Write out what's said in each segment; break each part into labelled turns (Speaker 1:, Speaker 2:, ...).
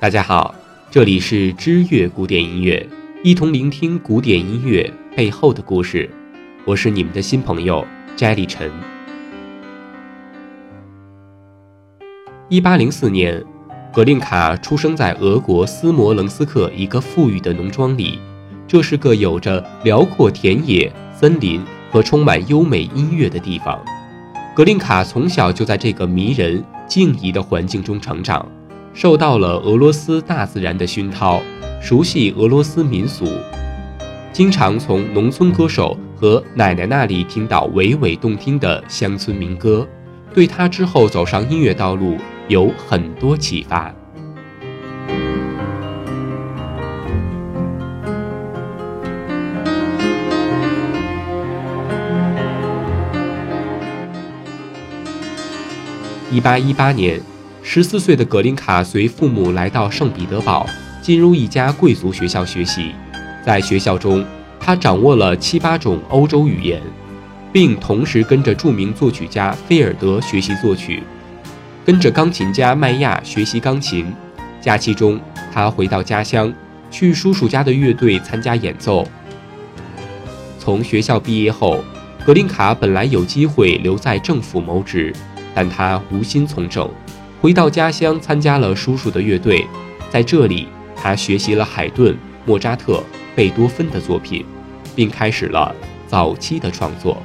Speaker 1: 大家好，这里是知乐古典音乐，一同聆听古典音乐背后的故事。我是你们的新朋友摘里陈。1804年，格林卡出生在俄国斯摩棱斯克一个富裕的农庄里，这是个有着辽阔田野、森林和充满优美音乐的地方。格林卡从小就在这个迷人、静怡的环境中成长，受到了俄罗斯大自然的熏陶，熟悉俄罗斯民俗，经常从农村歌手和奶奶那里听到娓娓动听的乡村民歌，对他之后走上音乐道路有很多启发。1818年，14岁的格林卡随父母来到圣彼得堡，进入一家贵族学校学习。在学校中，他掌握了7、8种欧洲语言，并同时跟着著名作曲家菲尔德学习作曲，跟着钢琴家麦亚学习钢琴。假期中，他回到家乡，去叔叔家的乐队参加演奏。从学校毕业后，格林卡本来有机会留在政府谋职，但他无心从政，回到家乡参加了叔叔的乐队。在这里，他学习了海顿、莫扎特、贝多芬的作品，并开始了早期的创作。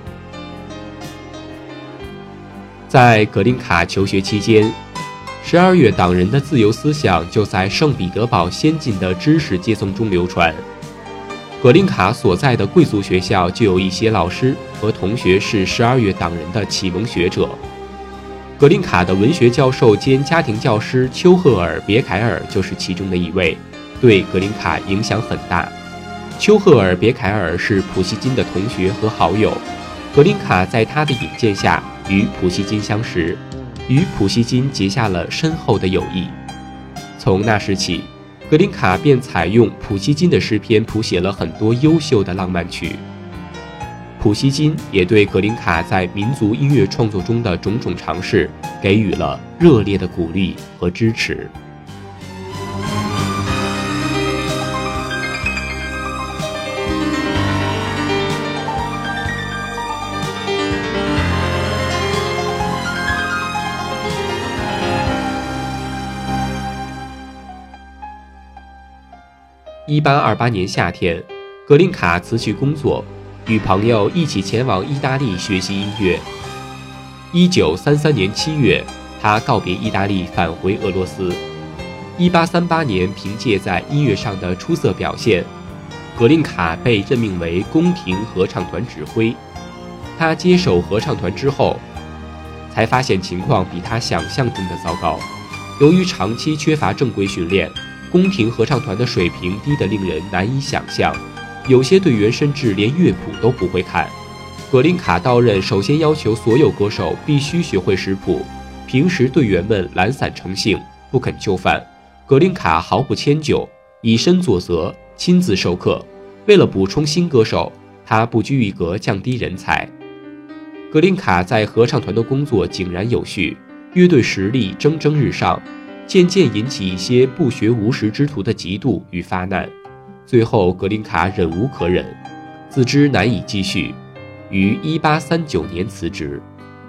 Speaker 1: 在格林卡求学期间，12月党人的自由思想就在圣彼得堡先进的知识阶层中流传。格林卡所在的贵族学校就有一些老师和同学是12月党人的启蒙学者。格林卡的文学教授兼家庭教师丘赫尔·别凯尔就是其中的一位，对格林卡影响很大。丘赫尔·别凯尔是普希金的同学和好友，格林卡在他的引荐下与普希金相识，与普希金结下了深厚的友谊。从那时起，格林卡便采用普希金的诗篇谱写了很多优秀的浪漫曲。普希金也对格林卡在民族音乐创作中的种种尝试给予了热烈的鼓励和支持。1828年夏天，格林卡辞去工作，与朋友一起前往意大利学习音乐。1933年7月，他告别意大利返回俄罗斯。1838年，凭借在音乐上的出色表现，格林卡被任命为宫廷合唱团指挥。他接手合唱团之后，才发现情况比他想象中的糟糕。由于长期缺乏正规训练，宫廷合唱团的水平低得令人难以想象，有些队员甚至连乐谱都不会看。格林卡到任首先要求所有歌手必须学会识谱，平时队员们懒散成性，不肯就范，格林卡毫不迁就，以身作则，亲自授课。为了补充新歌手，他不拘一格降低人才。格林卡在合唱团的工作井然有序，乐队实力蒸蒸日上，渐渐引起一些不学无识之徒的嫉妒与发难。最后格林卡忍无可忍，自知难以继续，于1839年辞职。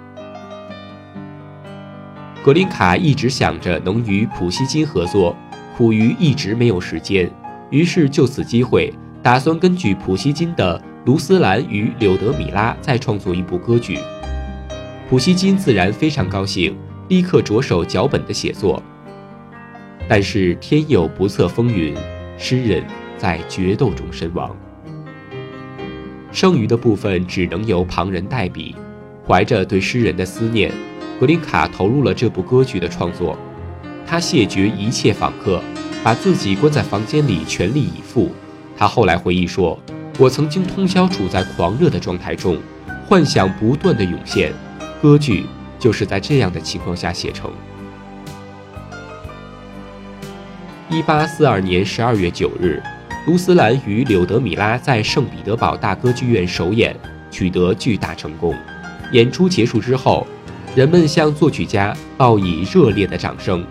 Speaker 1: 格林卡一直想着能与普希金合作，苦于一直没有时间，于是就此机会打算根据普希金的《卢斯兰与柳德米拉》再创作一部歌剧。普希金自然非常高兴，立刻着手脚本的写作。但是天有不测风云，诗人在决斗中身亡，剩余的部分只能由旁人代笔。怀着对诗人的思念，格林卡投入了这部歌剧的创作。他谢绝一切访客，把自己关在房间里全力以赴。他后来回忆说，我曾经通宵处在狂热的状态中，幻想不断地涌现，歌剧就是在这样的情况下写成。1842年12月9日，卢斯兰与柳德米拉在圣彼得堡大歌剧院首演，取得巨大成功。演出结束之后，人们向作曲家报以热烈的掌声。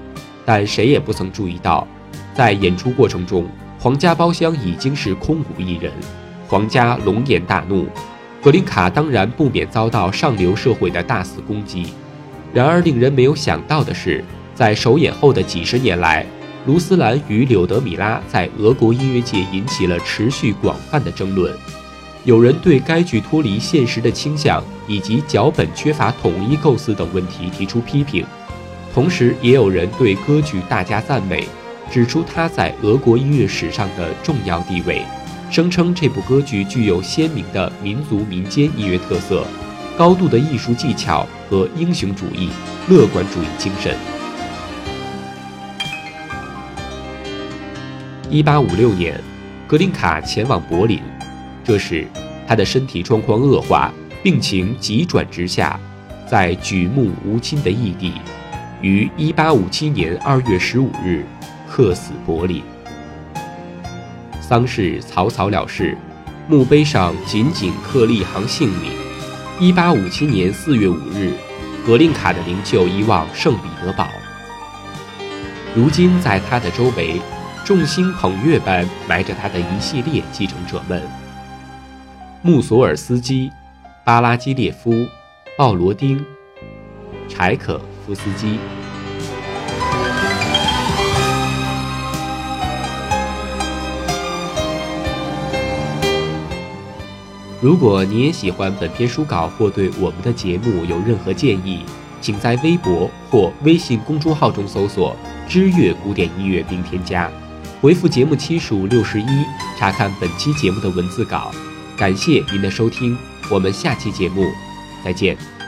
Speaker 1: 但谁也不曾注意到，在演出过程中，皇家包厢已经是空无一人，皇家龙颜大怒，格林卡当然不免遭到上流社会的大肆攻击。然而令人没有想到的是，在首演后的几十年来，卢斯兰与柳德米拉在俄国音乐界引起了持续广泛的争论。有人对该剧脱离现实的倾向以及脚本缺乏统一构思等问题提出批评，同时也有人对歌剧大加赞美，指出它在俄国音乐史上的重要地位，声称这部歌剧具有鲜明的民族民间音乐特色、高度的艺术技巧和英雄主义、乐观主义精神。1856年，格林卡前往柏林，这时他的身体状况恶化，病情急转直下，在举目无亲的异地，于1857年2月15日客死柏林。丧事草草了事，墓碑上仅仅刻了一行姓名。1857年4月5日，格林卡的灵柩移往圣彼得堡。如今在他的周围，众星捧月般埋着他的一系列继承者们：穆索尔斯基、巴拉基列夫、鲍罗丁、柴可夫斯基。如果你也喜欢本篇书稿或对我们的节目有任何建议，请在微博或微信公众号中搜索“知乐古典音乐”并添加，回复节目期数61，查看本期节目的文字稿。感谢您的收听，我们下期节目再见。